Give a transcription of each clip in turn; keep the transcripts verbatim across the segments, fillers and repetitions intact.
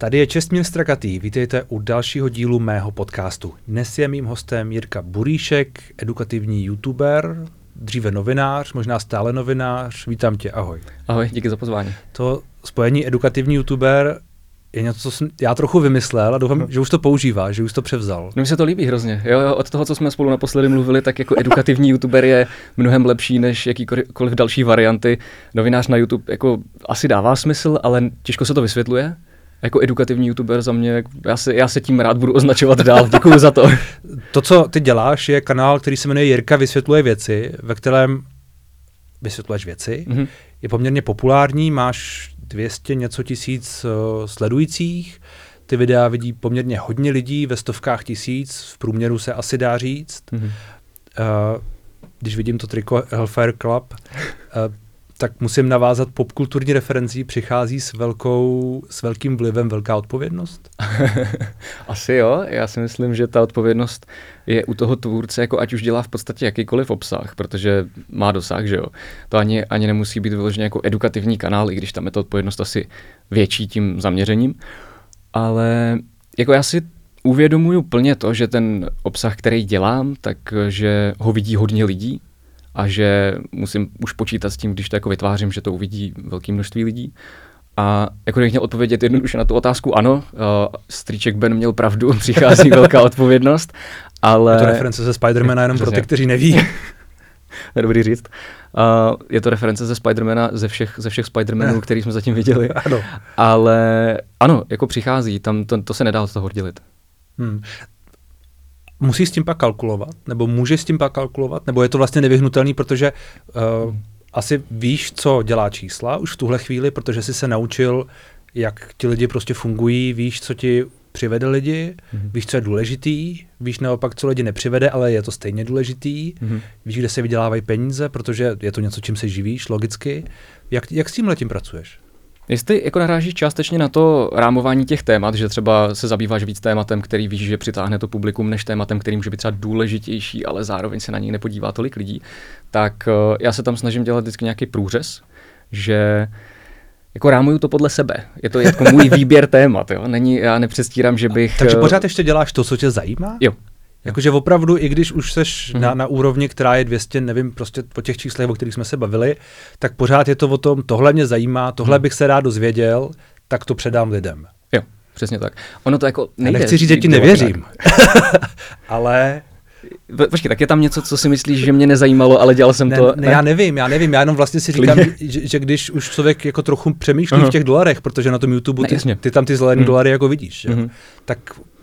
Tady je Čestmír Strakatý, vítejte u dalšího dílu mého podcastu. Dnes je mým hostem Jirka Burýšek, edukativní youtuber, dříve novinář, možná stále novinář. Vítám tě, ahoj. Ahoj, díky za pozvání. To spojení edukativní youtuber je něco, co jsem já trochu vymyslel a doufám, no. že už to používáš, že už to převzal. No mi se to líbí hrozně. Jo, jo, od toho, co jsme spolu naposledy mluvili, tak jako edukativní youtuber je mnohem lepší než jakýkoliv další varianty. Novinář na YouTube jako asi dává smysl, ale těžko se to vysvětluje. Jako edukativní youtuber za mě, já se, já se tím rád budu označovat dál. Děkuju za to. To, co ty děláš, je kanál, který se jmenuje Jirka vysvětluje věci, ve kterém vysvětluješ věci. Mm-hmm. Je poměrně populární, máš dvě stě něco tisíc uh, sledujících, ty videa vidí poměrně hodně lidí, ve stovkách tisíc, v průměru se asi dá říct. Mm-hmm. Uh, když vidím to triko Hellfire Club, uh, tak musím navázat popkulturní referencí, přichází s, velkou, s velkým vlivem velká odpovědnost? Asi jo, já si myslím, že ta odpovědnost je u toho tvůrce, jako ať už dělá v podstatě jakýkoliv obsah, protože má dosah, že jo. To ani, ani nemusí být vyloženě jako edukativní kanál, i když tam je ta odpovědnost asi větší tím zaměřením. Ale jako já si uvědomuju plně to, že ten obsah, který dělám, takže ho vidí hodně lidí, a že musím už počítat s tím, když to jako vytvářím, že to uvidí velké množství lidí. A jako bych měl odpovědět jednoduše na tu otázku, ano, uh, strýček Ben měl pravdu, přichází velká odpovědnost, ale... Je to reference ze Spidermana, jenom pro ty, kteří neví. To je dobrý říct. Uh, je to reference ze Spidermana, ze všech, ze všech Spidermanů, který jsme zatím viděli. Ano. Ale ano, jako přichází, tam to, to se nedá od toho oddělit. Hmm. Musíš s tím pak kalkulovat? Nebo můžeš s tím pak kalkulovat? Nebo je to vlastně nevyhnutelný, protože uh, hmm. asi víš, co dělá čísla už v tuhle chvíli, protože jsi se naučil, jak ti lidi prostě fungují, víš, co ti přivede lidi, hmm. víš, co je důležitý, víš naopak, co lidi nepřivede, ale je to stejně důležitý, hmm. víš, kde se vydělávají peníze, protože je to něco, čím se živíš, logicky. Jak, jak s tímhletím pracuješ? Jestli jako narážíš částečně na to rámování těch témat, že třeba se zabýváš víc tématem, který víš, že přitáhne to publikum, než tématem, který může být třeba důležitější, ale zároveň se na něj nepodívá tolik lidí, tak uh, já se tam snažím dělat vždycky nějaký průřez, že jako rámuju to podle sebe. Je to jako můj výběr témat, jo? Není, já nepředstírám, že bych... Takže pořád ještě děláš to, co tě zajímá? Jo. Jakože opravdu, i když už seš mm-hmm. na, na úrovni, která je dvě stě, nevím, prostě po těch číslech, o kterých jsme se bavili, tak pořád je to o tom, tohle mě zajímá, tohle mm. bych se rád dozvěděl, tak to předám lidem. Jo, přesně tak. Ono to jako nejde. Já nechci říct, že ti nevěřím, ale... Počkej, tak je tam něco, co si myslíš, že mě nezajímalo, ale dělal jsem ne, to... Ne, já nevím, já nevím, já jenom vlastně si říkám, že, že když už člověk jako trochu přemýšlí uh-huh. v těch dolarech, protože na tom YouTube ty, ty tam ty zelený mm. dolary jako vidíš, mm-hmm. tak...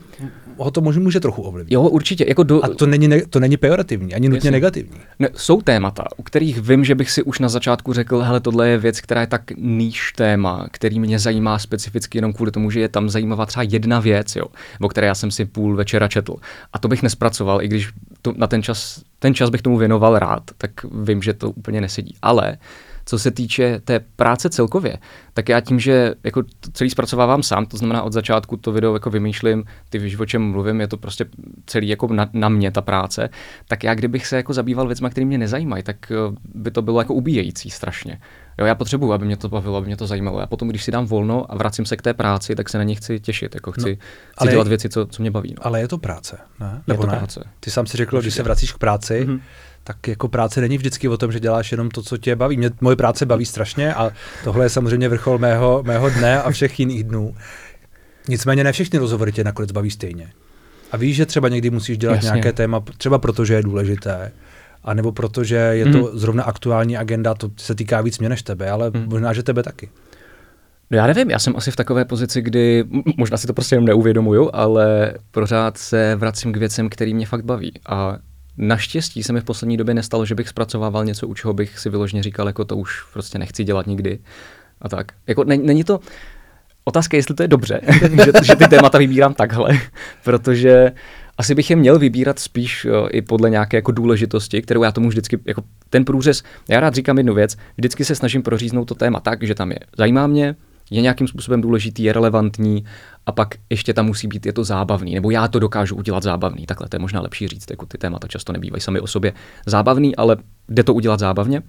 ho to může, může trochu ovlivnit. Jo, určitě. Jako do... A to není, ne, to není pejorativní, ani nutně Jasně. negativní. Ne, jsou témata, u kterých vím, že bych si už na začátku řekl, hele, tohle je věc, která je tak níž téma, který mě zajímá specificky jenom kvůli tomu, že je tam zajímavá třeba jedna věc, jo, o které já jsem si půl večera četl. A to bych nespracoval, i když to, na ten čas, ten čas bych tomu věnoval rád, tak vím, že to úplně nesedí. Ale co se týče té práce celkově, tak já tím, že jako celý zpracovávám sám, to znamená od začátku to video jako vymýšlím, ty víš, o čem mluvím, je to prostě celý jako na, na mě ta práce, tak já kdybych se jako zabýval věcma, které mě nezajímají, tak by to bylo jako ubíjející strašně. Jo, já potřebuji, aby mě to bavilo, aby mě to zajímalo. A potom, když si dám volno a vracím se k té práci, tak se na ně chci těšit, jako chci, no, chci dělat věci, co, co mě baví. No. Ale je to práce, ne? Nebo je to ne? práce. Ty sám si řekl, Určitě. Když se vracíš k práci, mm-hmm. tak jako práce není vždycky o tom, že děláš jenom to, co tě baví. Mě moje práce baví strašně a tohle je samozřejmě vrchol mého, mého dne a všech jiných dnů. Nicméně ne všechny rozhovory tě nakonec baví stejně. A víš, že třeba někdy musíš dělat Jasně. nějaké téma, třeba protože je důležité, anebo protože je mm. to zrovna aktuální agenda, to se týká víc mě než tebe, ale mm. možná, že tebe taky. No já nevím, já jsem asi v takové pozici, kdy možná si to prostě jenom neuvědomuju, ale pořád se vracím k věcem, který mě fakt baví. A naštěstí se mi v poslední době nestalo, že bych zpracovával něco, u čeho bych si vyloženě říkal, jako to už prostě nechci dělat nikdy. A tak. Jako není, není to... Otázka je, jestli to je dobře, že, že ty témata vybírám takhle, protože asi bych je měl vybírat spíš jo, i podle nějaké jako důležitosti, kterou já tomu vždycky, jako ten průřez, já rád říkám jednu věc, vždycky se snažím proříznout to téma tak, že tam je, zajímá mě, je nějakým způsobem důležitý, je relevantní a pak ještě tam musí být, je to zábavný, nebo já to dokážu udělat zábavný, takhle to je možná lepší říct, jako ty témata často nebývají sami o sobě zábavný, ale jde to udělat zábavně.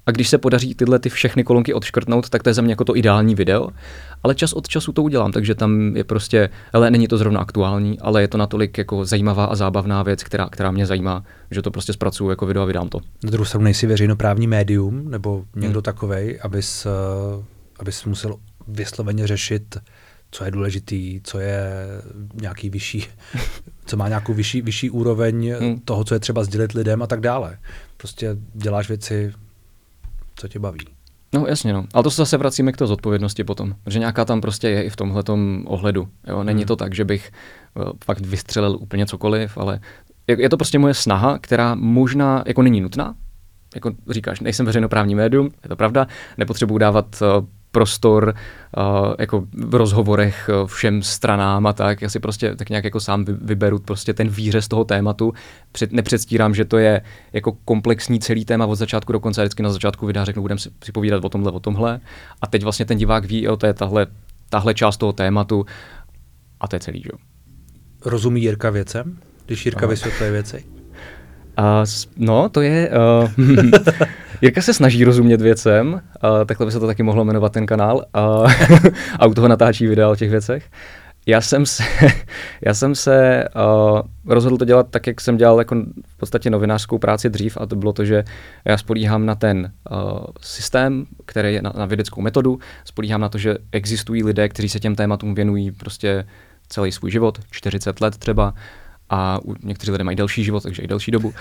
A když se podaří tyhle ty všechny kolonky odškrtnout, tak to je za mě jako to ideální video. Ale čas od času to udělám, takže tam je prostě, hele, není to zrovna aktuální, ale je to natolik jako zajímavá a zábavná věc, která, která mě zajímá, že to prostě zpracuju jako video a vydám to. Na druhou stranu nejsi veřejnoprávní médium, nebo někdo hmm. takovej, abys, abys musel vysloveně řešit, co je důležitý, co je nějaký vyšší, co má nějakou vyšší, vyšší úroveň hmm. toho, co je třeba sdělit lidem a tak dále. Prostě děláš věci, co tě baví. No jasně, no. Ale to se zase vracíme k té zodpovědnosti potom, protože nějaká tam prostě je i v tomhletom ohledu. Jo? Není hmm. to tak, že bych uh, fakt vystřelil úplně cokoliv, ale je, je to prostě moje snaha, která možná jako není nutná. Jako říkáš, nejsem veřejnoprávní médium, je to pravda, nepotřebuji dávat uh, prostor uh, jako v rozhovorech uh, všem stranám a tak. Já si prostě tak nějak jako sám vyberu prostě ten výřez toho tématu. Před, nepředstírám, že to je jako komplexní celý téma od začátku do konce. Vždycky na začátku videa řeknu, budeme si, si povídat o tomhle, o tomhle. A teď vlastně ten divák ví, jo, to je tahle, tahle část toho tématu a to je celý, jo. Rozumí Jirka věcem, když Jirka no. vysvětluje věci? Uh, no, to je... Uh, Jirka se snaží rozumět věcem, uh, takhle by se to taky mohlo jmenovat ten kanál, uh, a u toho natáčí videa o těch věcech. Já jsem se, já jsem se uh, rozhodl to dělat tak, jak jsem dělal jako v podstatě novinářskou práci dřív, a to bylo to, že já spolíhám na ten uh, systém, který je na, na vědeckou metodu, spolíhám na to, že existují lidé, kteří se těm tématům věnují prostě celý svůj život, čtyřicet let třeba, a někteří lidé mají delší život, takže i delší dobu,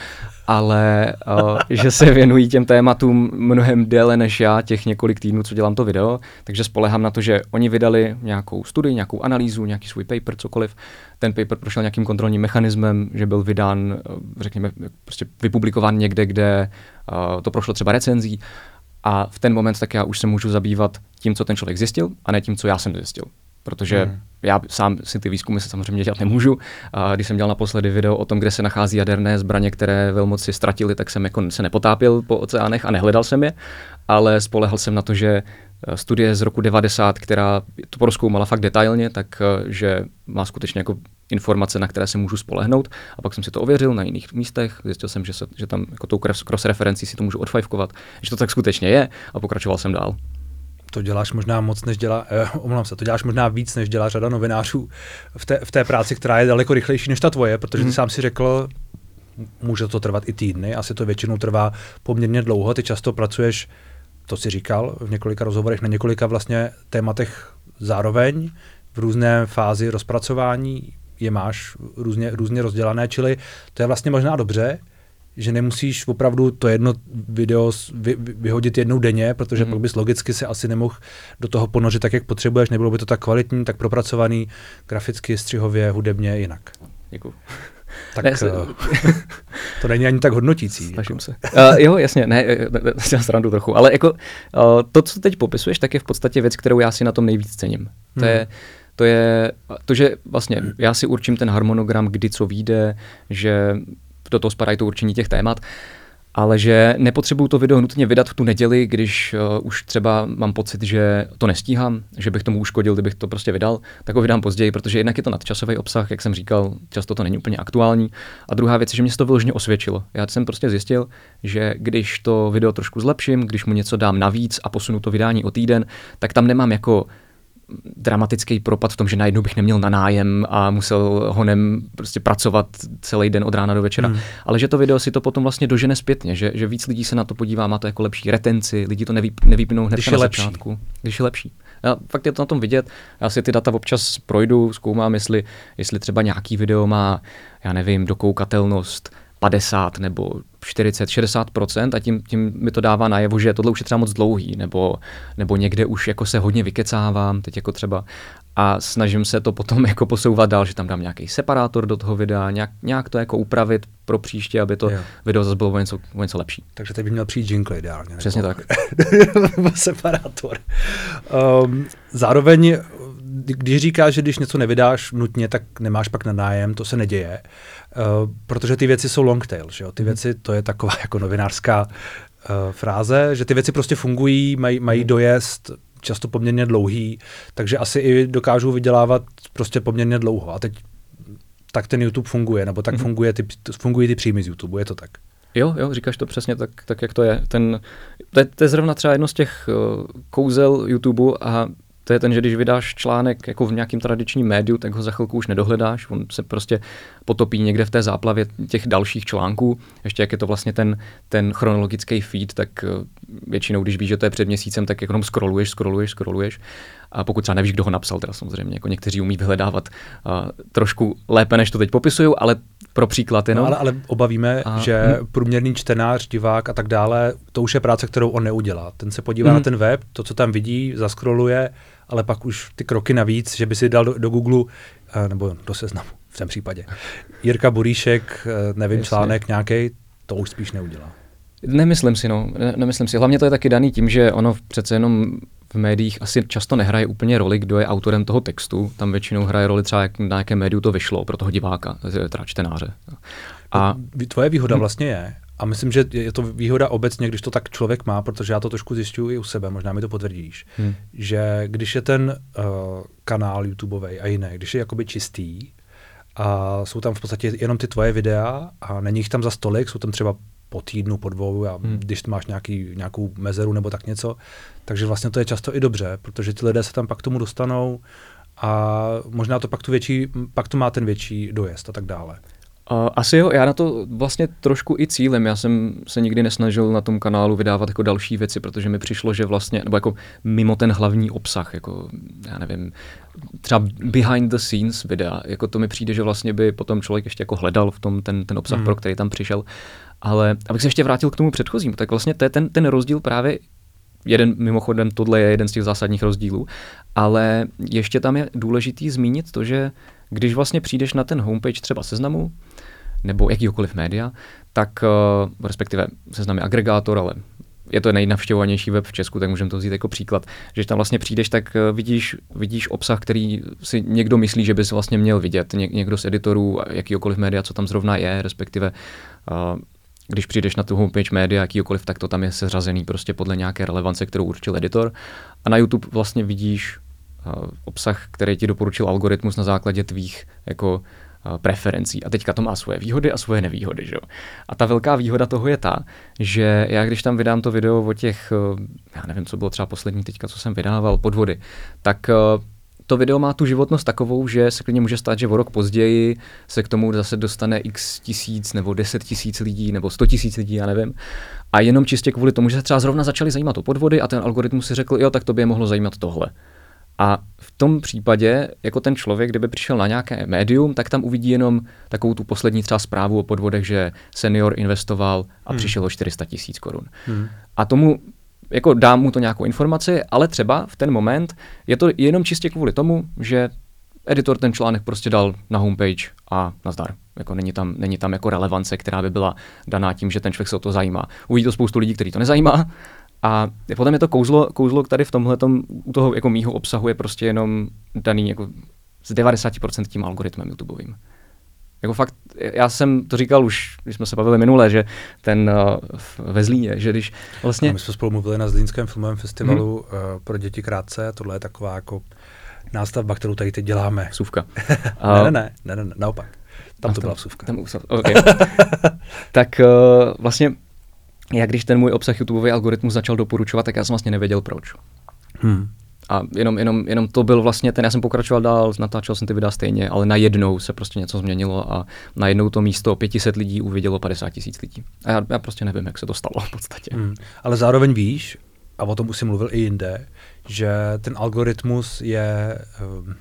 ale uh, že se věnují těm tématům mnohem déle než já, těch několik týdnů, co dělám to video, takže spolehám na to, že oni vydali nějakou studii, nějakou analýzu, nějaký svůj paper, cokoliv. Ten paper prošel nějakým kontrolním mechanismem, že byl vydán, řekněme, prostě vypublikován někde, kde uh, to prošlo třeba recenzí, a v ten moment tak já už se můžu zabývat tím, co ten člověk zjistil, a ne tím, co já jsem zjistil. Protože hmm. já sám si ty výzkumy se samozřejmě dělat nemůžu. A když jsem dělal naposledy video o tom, kde se nachází jaderné zbraně, které velmoci ztratili, tak jsem jako se nepotápěl po oceánech a nehledal jsem je, ale spolehal jsem na to, že studie z roku devadesát, která to prozkoumala fakt detailně, tak že má skutečně jako informace, na které se můžu spolehnout. A pak jsem si to ověřil na jiných místech, zjistil jsem, že, se, že tam jako tou cross-referencí si to můžu odfajfkovat, že to tak skutečně je, a pokračoval jsem dál. To děláš možná moc, než dělá, eh, omlouvám se, to děláš možná víc, než dělá řada novinářů v té, v té práci, která je daleko rychlejší než ta tvoje, protože ty hmm. sám si řekl, může to trvat i týdny, asi to většinou trvá poměrně dlouho, ty často pracuješ, to si říkal v několika rozhovorech, na několika vlastně tématech zároveň, v různé fázi rozpracování je máš různě, různě rozdělané, čili to je vlastně možná dobře, že nemusíš opravdu to jedno video vy, vyhodit jednou denně, protože mm. pak bys logicky se asi nemohl do toho ponořit tak, jak potřebuješ, nebylo by to tak kvalitní, tak propracovaný, graficky, střihově, hudebně, jinak. Děkuju. Tak ne, se... to není ani tak hodnotící. Snažím jako. se. Uh, jo, jasně, ne, já srandu trochu, ale jako uh, to, co teď popisuješ, tak je v podstatě věc, kterou já si na tom nejvíc cením. To je, to je to, že vlastně já si určím ten harmonogram, kdy co vyjde, že do toho spadají to určení těch témat, ale že nepotřebuju to video nutně vydat v tu neděli, když uh, už třeba mám pocit, že to nestíhám, že bych tomu uškodil, kdybych to prostě vydal, tak ho vydám později, protože jednak je to nadčasový obsah, jak jsem říkal, často to není úplně aktuální. A druhá věc je, že mě se to vyloženě osvědčilo. Já jsem prostě zjistil, že když to video trošku zlepším, když mu něco dám navíc a posunu to vydání o týden, tak tam nemám jako dramatický propad v tom, že najednou bych neměl na nájem a musel honem prostě pracovat celý den od rána do večera. Hmm. Ale že to video si to potom vlastně dožene zpětně, že, že víc lidí se na to podívá, má to jako lepší retenci, lidi to nevý, nevýpnou hned na začátku. Když je lepší. Já, fakt je to na tom vidět. Já si ty data občas projdu, zkoumám, jestli, jestli třeba nějaký video má, já nevím, dokoukatelnost padesát nebo čtyřicet, šedesát procent a tím, tím mi to dává najevo, že tohle už je třeba moc dlouhý, nebo, nebo někde už jako se hodně vykecávám, teď jako třeba, a snažím se to potom jako posouvat dál, že tam dám nějaký separátor do toho videa, nějak, nějak to jako upravit pro příště, aby to jo. video zase bylo o něco, o něco lepší. Takže teď by měl přijít jingle ideálně. Přesně nebo... tak. Separátor. Um, zároveň, když říkáš, že když něco nevydáš nutně, tak nemáš pak na nájem, to se neděje. Uh, protože ty věci jsou long tail, že jo? Ty věci, to je taková jako novinářská uh, fráze, že ty věci prostě fungují, maj, mají dojezd, často poměrně dlouhý, takže asi i dokážou vydělávat prostě poměrně dlouho. A teď tak ten YouTube funguje, nebo tak mm-hmm. funguje ty, fungují ty příjmy z YouTube, je to tak? Jo, jo, říkáš to přesně tak, tak jak to je. Ten, to, je. to je zrovna třeba jedno z těch uh, kouzel YouTube a to je ten, že když vydáš článek jako v nějakém tradičním médiu, tak ho za chvilku už nedohledáš, on se prostě potopí někde v té záplavě těch dalších článků. Ještě jak je to vlastně ten, ten chronologický feed, tak uh, většinou, když víš, že to je před měsícem, tak jenom scrolluješ, scrolluješ, scrolluješ. A pokud třeba nevíš, kdo ho napsal, teda samozřejmě, jako někteří umí vyhledávat uh, trošku lépe, než to teď popisují, ale pro příklad jenom. No, ale, ale obavíme, a, že hm. průměrný čtenář, divák a tak dále, to už je práce, kterou on neudělá. Ten se podívá hm. na ten web, to, co tam vidí, zaskroluje, ale pak už ty kroky navíc, že by si dal do, do Google, uh, nebo do Seznamu v tom případě. Jirka Buríšek, uh, nevím, Jasně. článek nějaký, to už spíš neudělá. Nemyslím si, no. Ne, nemyslím si. Hlavně to je taky daný tím, že ono přece jenom v médiích asi často nehraje úplně roli, kdo je autorem toho textu. Tam většinou hraje roli třeba, jak, na jaké médiu to vyšlo pro toho diváka, teda čtenáře. A tvoje výhoda hmm. vlastně je, a myslím, že je to výhoda obecně, když to tak člověk má, protože já to trošku zjišťuji i u sebe, možná mi to potvrdíš, hmm. že když je ten uh, kanál YouTubeovej a jiné, když je jakoby čistý a jsou tam v podstatě jenom ty tvoje videa a není jich tam za stolik, jsou tam třeba po týdnu, po dvou, a hmm. když máš nějaký, nějakou mezeru nebo tak něco, takže vlastně to je často i dobře, protože ty lidé se tam pak k tomu dostanou a možná to pak tu větší, pak to má ten větší dojezd a tak dále. Uh, asi jo, já na to vlastně trošku i cílem, já jsem se nikdy nesnažil na tom kanálu vydávat jako další věci, protože mi přišlo, že vlastně, nebo jako mimo ten hlavní obsah, jako já nevím, třeba behind the scenes videa, jako to mi přijde, že vlastně by potom člověk ještě jako hledal v tom ten, ten obsah, hmm. pro který tam přišel. Ale abych se ještě vrátil k tomu předchozímu, tak vlastně to je ten, ten rozdíl právě, jeden mimochodem, tohle je jeden z těch zásadních rozdílů, ale ještě tam je důležitý zmínit to, že když vlastně přijdeš na ten homepage třeba Seznamu, nebo jakýhokoliv média, tak uh, respektive Seznam je agregátor, ale je to nejnavštěvovanější web v Česku, tak můžeme to vzít jako příklad, že tam vlastně přijdeš, tak uh, vidíš, vidíš obsah, který si někdo myslí, že bys vlastně měl vidět, Ně, někdo z editorů, jakýhokoliv média, co tam zrovna je, respektive uh, když přijdeš na tu homepage média, jakýkoliv, tak to tam je seřazený prostě podle nějaké relevance, kterou určil editor. A na YouTube vlastně vidíš uh, obsah, který ti doporučil algoritmus na základě tvých jako uh, preferencí. A teďka to má svoje výhody a svoje nevýhody. Že jo? A ta velká výhoda toho je ta, že já když tam vydám to video o těch, uh, já nevím, co bylo třeba poslední teďka, co jsem vydával, podvody, tak uh, to video má tu životnost takovou, že se klidně může stát, že o rok později se k tomu zase dostane x tisíc nebo deset tisíc lidí nebo sto tisíc lidí, já nevím. A jenom čistě kvůli tomu, že se třeba zrovna začali zajímat o podvody a ten algoritmus si řekl, jo, tak to by je mohlo zajímat tohle. A v tom případě, jako ten člověk, kdyby přišel na nějaké médium, tak tam uvidí jenom takovou tu poslední třeba zprávu o podvodech, že senior investoval a hmm. přišel o čtyři sta tisíc korun. Hmm. A tomu jako dám mu to nějakou informaci, ale třeba v ten moment je to jenom čistě kvůli tomu, že editor ten článek prostě dal na homepage a nazdar. Jako není tam, není tam jako relevance, která by byla daná tím, že ten člověk se o to zajímá. Uvidí to spoustu lidí, který to nezajímá. A potom je to kouzlo, kouzlo tady v tomhletom, u toho jako mýho obsahu je prostě jenom daný jako z devadesát procent tím algoritmem YouTubeovým. Jako fakt, já jsem to říkal už, když jsme se bavili minule, že ten uh, ve Zlíně, že když vlastně... A my jsme spolu mluvili na Zlínském filmovém festivalu hmm. uh, pro děti krátce, tohle je taková jako nástavba, kterou tady teď děláme. Vsuvka. ne, ne, ne, ne, ne, ne, naopak. Tam to byla vsuvka. Tam, okay. Tak uh, vlastně, já když ten můj obsah YouTubeový algoritmus začal doporučovat, tak já jsem vlastně nevěděl proč. Hmm. A jenom, jenom, jenom to byl vlastně ten, já jsem pokračoval dál, natáčel jsem ty videa stejně, ale najednou se prostě něco změnilo a najednou to místo pět set lidí uvidělo padesát tisíc lidí. A já, já prostě nevím, jak se to stalo v podstatě. Hmm. Ale zároveň víš, a o tom už jsi mluvil i jinde, že ten algoritmus je um,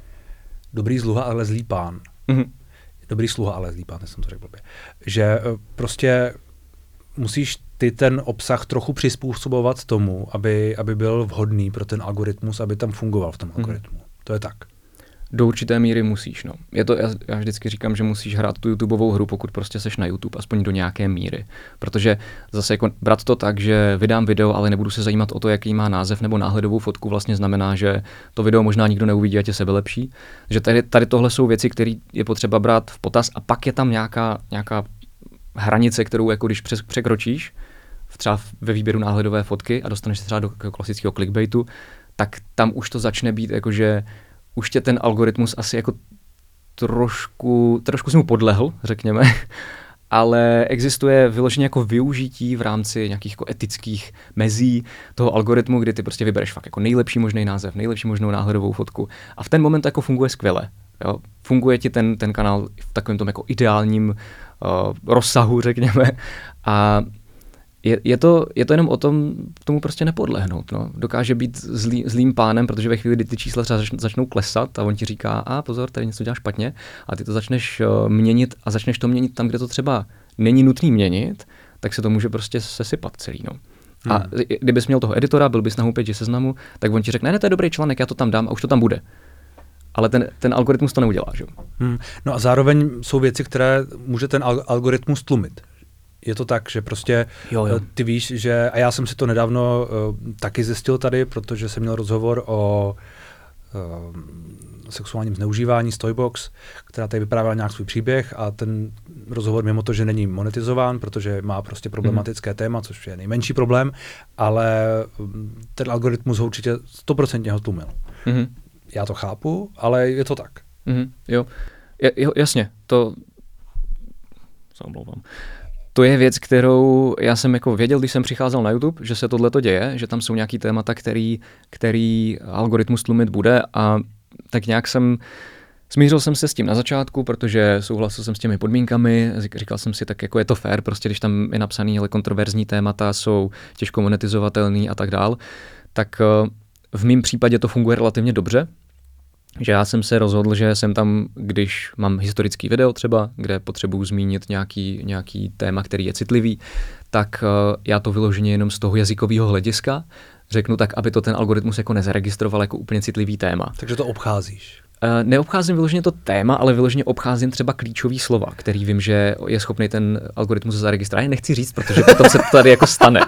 dobrý sluha, ale zlý pán. Mm-hmm. Dobrý sluha, ale zlý pán, jsem to řekl blbě. Že uh, prostě musíš ty ten obsah trochu přizpůsobovat tomu, aby, aby byl vhodný pro ten algoritmus, aby tam fungoval v tom algoritmu. Hmm. To je tak. Do určité míry musíš, no. Je to, já, já vždycky říkám, že musíš hrát tu YouTubeovou hru, pokud prostě seš na YouTube, aspoň do nějaké míry. Protože zase jako brát to tak, že vydám video, ale nebudu se zajímat o to, jaký má název nebo náhledovou fotku, vlastně znamená, že to video možná nikdo neuvidí a tě sebelepší. Že tady, tady tohle jsou věci, které je potřeba brát v potaz a pak je tam nějaká, nějaká hranice, kterou jako když přes, překročíš, třeba ve výběru náhledové fotky a dostaneš se třeba do klasického clickbaitu, tak tam už to začne být jakože už tě ten algoritmus asi jako trošku, trošku si mu podlehl, řekněme, ale existuje vyloženě jako využití v rámci nějakých jako etických mezí toho algoritmu, kdy ty prostě vybereš fakt jako nejlepší možný název, nejlepší možnou náhledovou fotku a v ten moment to jako funguje skvěle. Jo? Funguje ti ten, ten kanál v takovém tom jako ideálním uh, rozsahu, řekněme, a je, je, to, je to jenom o tom, tomu prostě nepodlehnout. No. Dokáže být zlý, zlým pánem, protože ve chvíli, kdy ty čísla třeba začnou klesat a on ti říká, a pozor, tady něco děláš špatně, a ty to začneš uh, měnit a začneš to měnit tam, kde to třeba není nutný měnit, tak se to může prostě sesypat celý. No. Hmm. A kdybys měl toho editora, byl bys na homepage seznamu, tak on ti řekne, ne, to je dobrý článek, já to tam dám a už to tam bude. Ale ten, ten algoritmus to neudělá, že? Hmm. No a zároveň jsou věci, které může ten algoritmus tlumit. Je to tak, že prostě jo, jo. ty víš, že, a já jsem si to nedávno uh, taky zjistil tady, protože jsem měl rozhovor o uh, sexuálním zneužívání z Toybox, která tady vyprávěla nějak svůj příběh a ten rozhovor mimo to, že není monetizován, protože má prostě problematické mm. téma, což je nejmenší problém, ale ten algoritmus ho určitě stoprocentně ho tlumil. Mm. Já to chápu, ale je to tak. Mm. Jo. jo, jasně, to se omlouvám. To je věc, kterou já jsem jako věděl, když jsem přicházel na YouTube, že se tohle to děje, že tam jsou nějaký témata, který, který algoritmus tlumit bude a tak nějak jsem, smířil jsem se s tím na začátku, protože souhlasil jsem s těmi podmínkami, říkal jsem si, tak jako je to fair, prostě když tam je napsaný, ale kontroverzní témata jsou těžko monetizovatelný a tak dál, tak v mém případě to funguje relativně dobře, že já jsem se rozhodl, že jsem tam, když mám historický video třeba, kde potřebuji zmínit nějaký, nějaký téma, který je citlivý, tak uh, já to vyloženě jenom z toho jazykového hlediska řeknu tak, aby to ten algoritmus jako nezaregistroval jako úplně citlivý téma. Takže to obcházíš? Uh, neobcházím vyloženě to téma, ale vyloženě obcházím třeba klíčový slova, který vím, že je schopný ten algoritmus zaregistrovat. Já nechci říct, protože potom se to tady jako stane.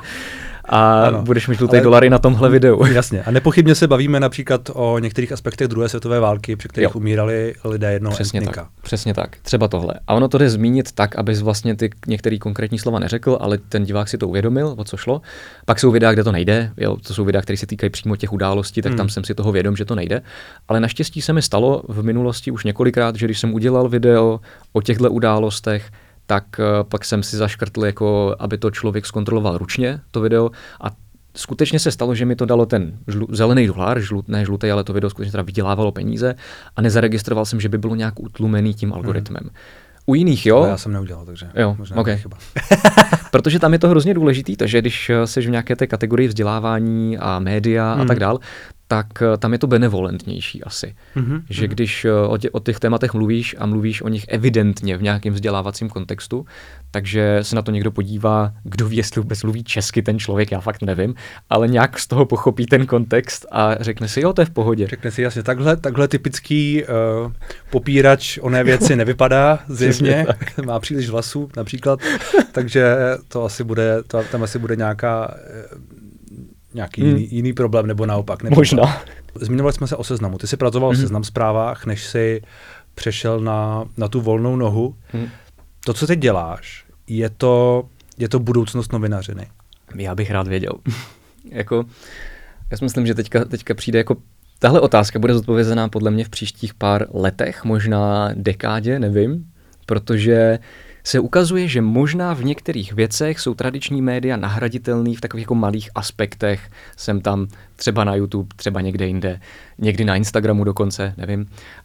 A ano, budeš mít žluté dolary na tomhle videu. Jasně. A nepochybně se bavíme například o některých aspektech druhé světové války, při kterých jo. umírali lidé jednoho přesně etnika. Tak, přesně tak. Třeba tohle. A ono to jde zmínit tak, abys vlastně ty některé konkrétní slova neřekl, ale ten divák si to uvědomil, o co šlo. Pak jsou videa, kde to nejde. Jo, to jsou videa, které se týkají přímo těch událostí, tak hmm. tam jsem si toho vědom, že to nejde. Ale naštěstí se mi stalo v minulosti už několikrát, že když jsem udělal video o těchto událostech, tak uh, pak jsem si zaškrtl, jako, aby to člověk zkontroloval ručně, to video. A skutečně se stalo, že mi to dalo ten žlu, zelený dolar, žlut, ne žlutý, ale to video skutečně teda vydělávalo peníze a nezaregistroval jsem, že by bylo nějak utlumený tím algoritmem. Hmm. U jiných, jo? To já jsem neudělal, takže jo, možná okay. chyba. Protože tam je to hrozně důležitý, takže když jsi v nějaké té kategorii vzdělávání a média hmm. a tak dál, tak tam je to benevolentnější asi. Mm-hmm. Že když o, tě, o těch tématech mluvíš a mluvíš o nich evidentně v nějakém vzdělávacím kontextu, takže se na to někdo podívá, kdo ví, jestli vůbec mluví česky ten člověk, já fakt nevím, ale nějak z toho pochopí ten kontext a řekne si, jo, to je v pohodě. Řekne si jasně, takhle, takhle typický uh, popírač oné věci nevypadá zjevně, má příliš vlasů například, takže to asi bude, to, tam asi bude nějaká... Uh, nějaký hmm. jiný, jiný problém, nebo naopak. Nebo možná. Zmiňovali jsme se o Seznamu. Ty jsi pracoval hmm. v Seznam Zprávách, než jsi přešel na, na tu volnou nohu. Hmm. To, co teď děláš, je to, je to budoucnost novinařiny? Já bych rád věděl. jako, já si myslím, že teďka, teďka přijde jako tahle otázka bude zodpovězená podle mě v příštích pár letech, možná dekádě, nevím, protože se ukazuje, že možná v některých věcech jsou tradiční média nahraditelný v takových jako malých aspektech. Jsem tam třeba na YouTube, třeba někde jinde, někdy na Instagramu dokonce, nevím.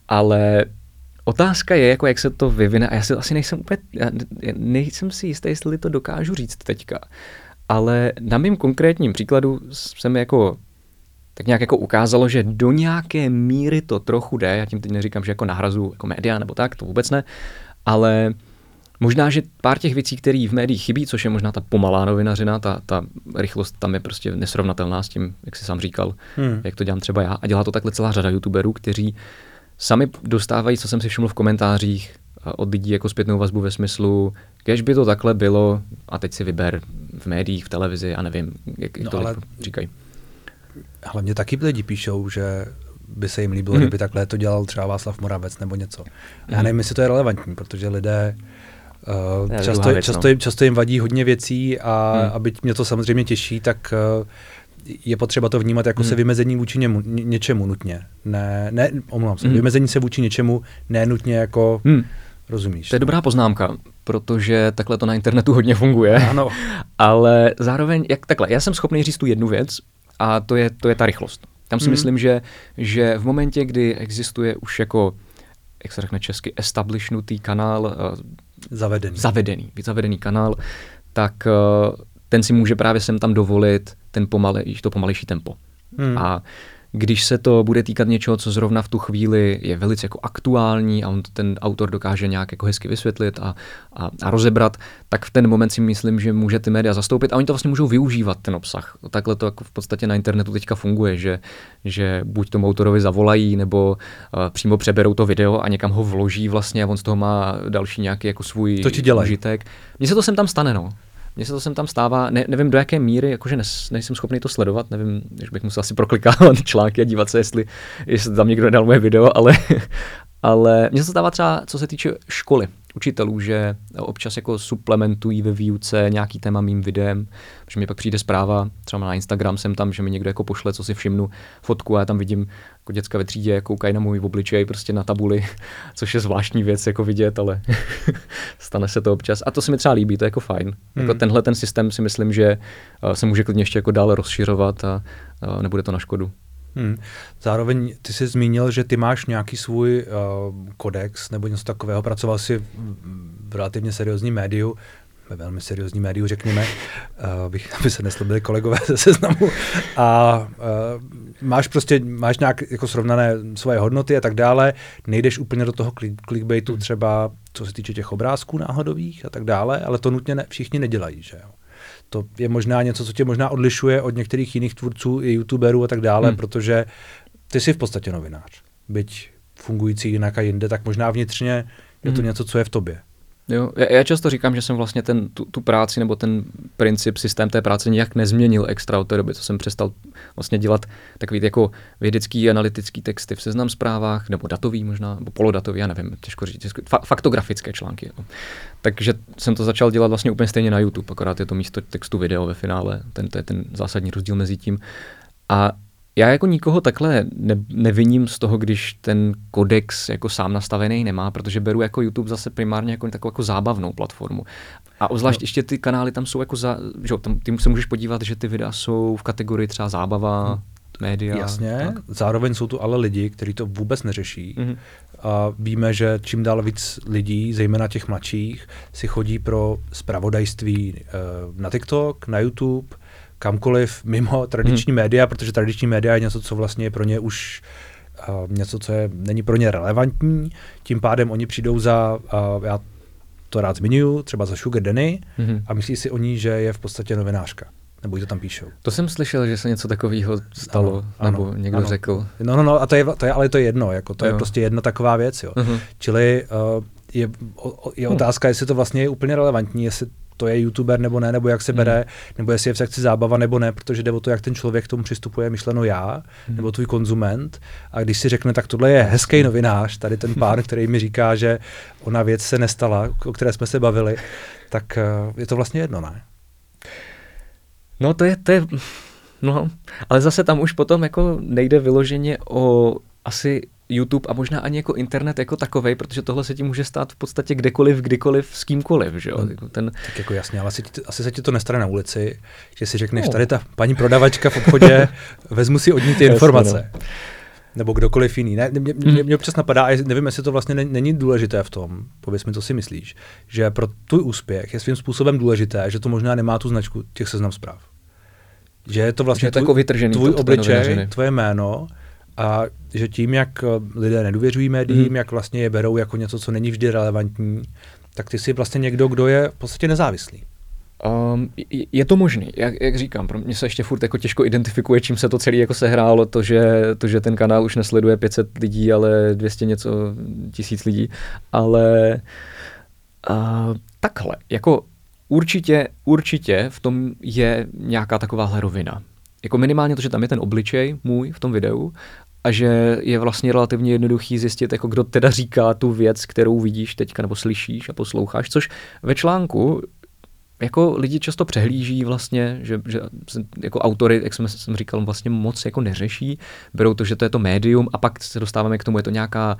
Ale otázka je, jako jak se to vyvine, a já si asi nejsem úplně, já nejsem si jistý, jestli to dokážu říct teďka. Ale na mým konkrétním příkladu se mi jako tak nějak jako ukázalo, že do nějaké míry to trochu jde. Já tím teď neříkám, že jako nahrazu jako média nebo tak, to vůbec ne, ale možná, že pár těch věcí, které v médiích chybí, což je možná ta pomalá novinařina, ta, ta rychlost tam je prostě nesrovnatelná s tím, jak jsi sám říkal, hmm. jak to dělám třeba já. A dělá to takhle celá řada youtuberů, kteří sami dostávají, co jsem si všiml v komentářích od lidí jako zpětnou vazbu ve smyslu, kež by to takhle bylo a teď si vyber v médiích, v televizi a nevím, jak, jak no to ale říkají. Hlavně taky lidi píšou, že by se jim líbilo, hmm. kdyby takhle to dělal třeba Václav Moravec nebo něco. Já nevím, jestli to je relevantní, protože lidé Uh, často, věc, často, no. často jim vadí hodně věcí a hmm. aby mě to samozřejmě těší, tak uh, je potřeba to vnímat jako hmm. se vymezení vůči němu, něčemu nutně. Ne, ne omlouvám se, hmm. vymezení se vůči něčemu, ne nutně jako hmm. Rozumíš? To je dobrá poznámka, protože takhle to na internetu hodně funguje. Ano. Ale zároveň, jak takhle, já jsem schopný říct tu jednu věc a to je, to je ta rychlost. Tam si mm. myslím, že, že v momentě, kdy existuje už jako, jak se řekne česky, establishnutý kanál, zavedený, zavedený, zavedený kanál, tak uh, ten si může právě sem tam dovolit ten pomalej, to pomalejší tempo. Mm. A když se to bude týkat něčeho, co zrovna v tu chvíli je velice jako aktuální a on to ten autor dokáže nějak jako hezky vysvětlit a, a, a rozebrat, tak v ten moment si myslím, že může ty média zastoupit a oni to vlastně můžou využívat, ten obsah. Takhle to jako v podstatě na internetu teďka funguje, že, že buď tomu autorovi zavolají, nebo uh, přímo přeberou to video a někam ho vloží vlastně a on z toho má další nějaký jako svůj užitek. Mně se to sem tam stane, no. Mně se to sem tam stává, ne, nevím do jaké míry, jakože nes, nejsem schopný to sledovat, nevím, že bych musel asi proklikávat články a dívat se, jestli, jestli tam někdo nedal moje video, ale, ale mně se to stává třeba, co se týče školy, učitelů, že občas jako suplementují ve výuce nějaký téma mým videem, protože mi pak přijde zpráva, třeba na Instagram jsem tam, že mi někdo jako pošle, co si všimnu, fotku a já tam vidím jako děcka ve třídě, koukají na můj obličej prostě na tabuli, což je zvláštní věc jako vidět, ale stane se to občas. A to se mi třeba líbí, to je jako fajn. Hmm. Jako tenhle ten systém si myslím, že se může klidně ještě jako dál rozšiřovat a, a nebude to na škodu. Hmm. Zároveň ty jsi zmínil, že ty máš nějaký svůj uh, kodex nebo něco takového, pracoval jsi v relativně seriózním médiu, ve velmi seriózním médiu, řekněme, uh, bych, aby se neslobili kolegové ze Seznamu, a uh, máš prostě, máš nějak jako srovnané svoje hodnoty a tak dále, nejdeš úplně do toho clickbaitu třeba, co se týče těch obrázků náhodových a tak dále, ale to nutně ne, všichni nedělají, že jo. To je možná něco, co tě možná odlišuje od některých jiných tvůrců i youtuberů a tak dále, hmm. protože ty jsi v podstatě novinář. Byť fungující jinak a jinde, tak možná vnitřně je to hmm. něco, co je v tobě. Jo, já často říkám, že jsem vlastně ten, tu, tu práci nebo ten princip, systém té práce nějak nezměnil extra od té doby, co jsem přestal vlastně dělat takový jako vědecký, analytický texty v Seznam Zprávách, nebo datový možná, nebo polodatový, já nevím, těžko říct, fa- faktografické články. Jo. Takže jsem to začal dělat vlastně úplně stejně na YouTube, akorát je to místo textu video ve finále, ten, to je ten zásadní rozdíl mezi tím. A já jako nikoho takhle ne, neviním z toho, když ten kodex jako sám nastavený nemá, protože beru jako YouTube zase primárně jako takovou jako zábavnou platformu. A obzvlášť no. ještě ty kanály tam jsou jako, za, že tam ty se můžeš podívat, že ty videa jsou v kategorii třeba zábava, hmm. média. Jasně, tak. Zároveň jsou tu ale lidi, kteří to vůbec neřeší. Hmm. A víme, že čím dál víc lidí, zejména těch mladších, si chodí pro zpravodajství na TikTok, na YouTube, kamkoliv mimo tradiční hmm. média, protože tradiční média je něco, co vlastně je pro ně už uh, něco, co je, není pro ně relevantní. Tím pádem oni přijdou za, uh, já to rád zmiňuji, třeba za Sugar Danny hmm. a myslí si o ní, že je v podstatě novinářka. Nebo jí to tam píšou. To jsem slyšel, že se něco takového stalo, ano, nebo ano, někdo ano. řekl. No, no, no, a to je, to je, ale to je jedno, jako to jo. je prostě jedna taková věc, jo. Uh-huh. Čili uh, je, o, je otázka, jestli to vlastně je úplně relevantní, jestli to je youtuber nebo ne, nebo jak se bere, hmm. nebo jestli je v sekci zábava nebo ne, protože jde o to, jak ten člověk k tomu přistupuje, myšleno já, hmm. nebo tvůj konzument. A když si řekne, tak tohle je hezký novinář, tady ten pán, který mi říká, že ona věc se nestala, o které jsme se bavili, tak uh, je to vlastně jedno, ne? No to je, to je, no, ale zase tam už potom jako nejde vyloženě o asi YouTube a možná ani jako internet jako takovej, protože tohle se ti může stát v podstatě kdekoliv, kdykoliv, s kýmkoliv, že jo? Hmm. Ten... Tak jako jasně, ale asi, asi se ti to nestane na ulici, že si řekneš, no. tady ta paní prodavačka v obchodě, vezmu si od ní ty informace. Jasně, no. Nebo kdokoliv jiný. Ne, mě, mě, mě občas napadá, a nevím, jestli to vlastně není důležité v tom, pověz mi, co si myslíš, že pro tvůj úspěch je svým způsobem důležité, že to možná nemá tu značku těch Seznam Zpráv. Že je to vlastně tvůj, jako tvůj obličej, tvoje jméno, a že tím, jak lidé nedůvěřují médiím, hmm. jak vlastně je berou jako něco, co není vždy relevantní, tak ty jsi vlastně někdo, kdo je v podstatě nezávislý. Um, je to možný, jak, jak říkám, pro mě se ještě furt jako těžko identifikuje, čím se to celé jako sehrálo, to že, to, že ten kanál už nesleduje pět set lidí, ale dvě stě něco tisíc lidí, ale uh, takhle, jako určitě, určitě v tom je nějaká takováhle rovina. Jako minimálně to, že tam je ten obličej můj v tom videu a že je vlastně relativně jednoduchý zjistit, jako kdo teda říká tu věc, kterou vidíš teďka nebo slyšíš a posloucháš, což ve článku jako lidi často přehlíží vlastně, že, že jako autory, jak jsem, jsem říkal, vlastně moc jako neřeší, berou to, že to je to médium a pak se dostáváme k tomu, je to nějaká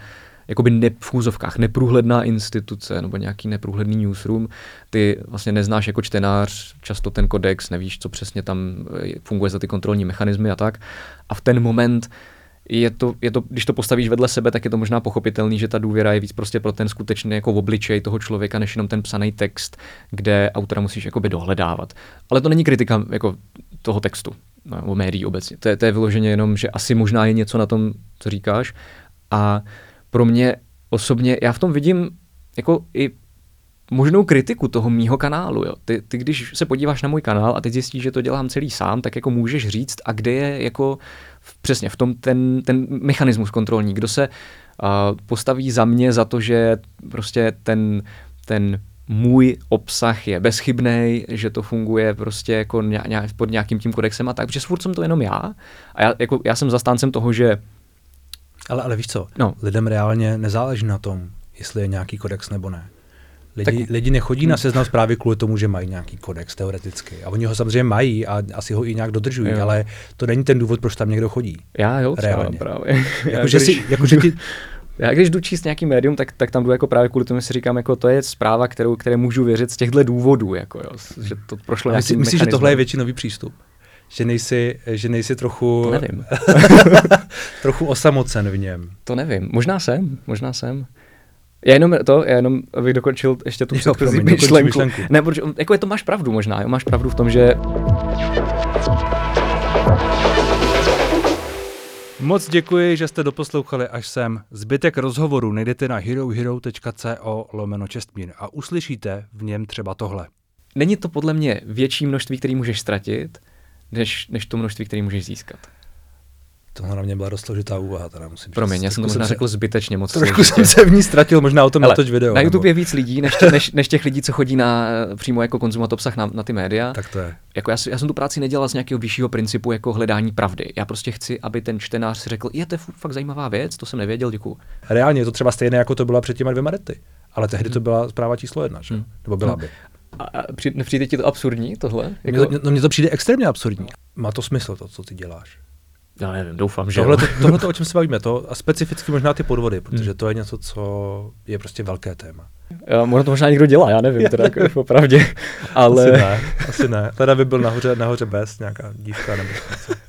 jakoby ne, v úzovkách neprůhledná instituce nebo nějaký neprůhledný newsroom. Ty vlastně neznáš jako čtenář často ten kodex, nevíš, co přesně tam funguje za ty kontrolní mechanismy a tak. A v ten moment je to, je to, když to postavíš vedle sebe, tak je to možná pochopitelný, že ta důvěra je víc prostě pro ten skutečný jako obličej toho člověka, než jenom ten psaný text, kde autora musíš jakoby dohledávat. Ale to není kritika jako toho textu, nebo médií obecně. To je, to je vyloženě jenom, že asi možná je něco na tom, co říkáš. A pro mě osobně, já v tom vidím jako i možnou kritiku toho mýho kanálu. Jo. Ty, ty, když se podíváš na můj kanál a teď zjistíš, že to dělám celý sám, tak jako můžeš říct, a kde je jako v, přesně v tom ten, ten mechanismus kontrolní, kdo se uh, postaví za mě za to, že prostě ten, ten můj obsah je bezchybnej, že to funguje prostě jako nějak, pod nějakým tím kodexem a tak, protože furt jsem to jenom já. A já, jako, já jsem zastáncem toho, že... Ale, ale víš co, no. lidem reálně nezáleží na tom, jestli je nějaký kodex nebo ne. Lidi, tak, lidi nechodí na Seznam Zprávy kvůli tomu, že mají nějaký kodex teoreticky. A oni ho samozřejmě mají a asi ho i nějak dodržují, jo. Ale to není ten důvod, proč tam někdo chodí. Já jo, reálně. Právě. Jako, že si, jako, že ti... Já když jdu číst nějaký médium, tak, tak tam jdu jako právě kvůli tomu, si říkám, jako to je zpráva, kterou, které můžu věřit z těchto důvodů, jako jo, že to prošlo nějakým mechanismem. Myslíš, že tohle je většinový přístup? Že nejsi, že nejsi trochu... To nevím. trochu osamocen v něm. To nevím. Možná jsem, možná jsem. Já jenom to, já jenom abych dokončil ještě tu předchozí myšlenku. Ne, protože jako je to máš pravdu možná, jo, máš pravdu v tom, že... Moc děkuji, že jste doposlouchali až sem. Zbytek rozhovoru najdete na herohero.co lomeno Čestmír a uslyšíte v něm třeba tohle. Není to podle mě větší množství, který můžeš ztratit, než, než to množství, který můžeš získat. Tohle na mě byla dost složitá úvaha, teda musím říct. Promiň, já jsem to možná řekl zbytečně moc. Trošku jsem se v ní ztratil, možná o tom natoč video. Na YouTube nebo... je víc lidí, než, tě, než, než těch lidí, co chodí na přímo jako konzumovat obsah na, na ty média. Tak to je. Jako já, já jsem tu práci nedělal z nějakého vyššího principu jako hledání pravdy. Já prostě chci, aby ten čtenář si řekl, je to fakt zajímavá věc, to jsem nevěděl, děkuju. Reálně je to třeba stejné, jako to byla před těma dvěma lety. Ale tehdy to byla zpráva číslo jedna, že? Hmm. Nebo byla by. A, a nepřijde ti to absurdní, tohle? Jako... Mně, to, no, mně to přijde extrémně absurdní. Má to smysl, to, co ty děláš. Já nevím, doufám, že tohle, to, tohle to, o čem se bavíme, to a specificky možná ty podvody, protože to je něco, co je prostě velké téma. Já, možná to možná někdo dělá, já nevím, teda jako popravdě, ale... Asi ne, asi ne. Teda by byl nahoře, nahoře bez, nějaká dívka nebo něco.